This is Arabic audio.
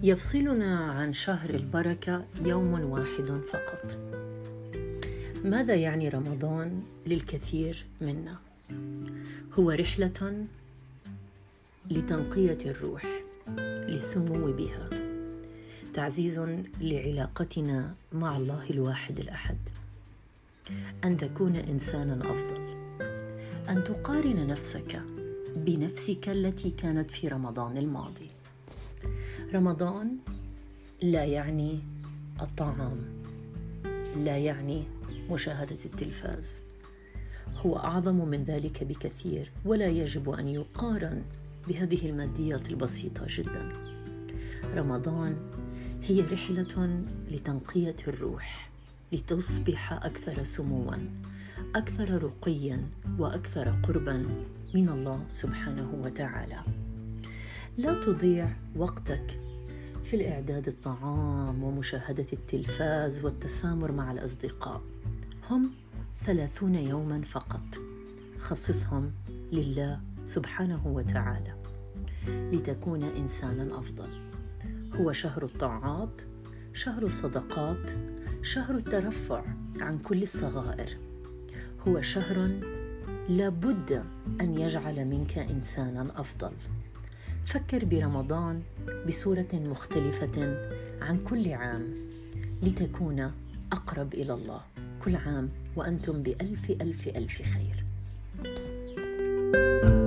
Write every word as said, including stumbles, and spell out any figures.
يفصلنا عن شهر البركة يوم واحد فقط. ماذا يعني رمضان للكثير منا؟ هو رحلة لتنقية الروح، للسمو بها، تعزيز لعلاقتنا مع الله الواحد الأحد، أن تكون إنسانا أفضل، أن تقارن نفسك بنفسك التي كانت في رمضان الماضي. رمضان لا يعني الطعام، لا يعني مشاهدة التلفاز، هو أعظم من ذلك بكثير، ولا يجب أن يقارن بهذه الماديات البسيطة جدا. رمضان هي رحلة لتنقية الروح، لتصبح أكثر سموا، أكثر رقيا، وأكثر قربا من الله سبحانه وتعالى. لا تضيع وقتك في الإعداد الطعام ومشاهدة التلفاز والتسامر مع الأصدقاء. هم ثلاثون يوما فقط، خصصهم لله سبحانه وتعالى لتكون إنسانا أفضل. هو شهر الطاعات، شهر الصدقات، شهر الترفع عن كل الصغائر. هو شهر لابد أن يجعل منك إنسانا أفضل. فكر برمضان بصورة مختلفة عن كل عام لتكون أقرب إلى الله. كل عام وأنتم بألف ألف ألف خير.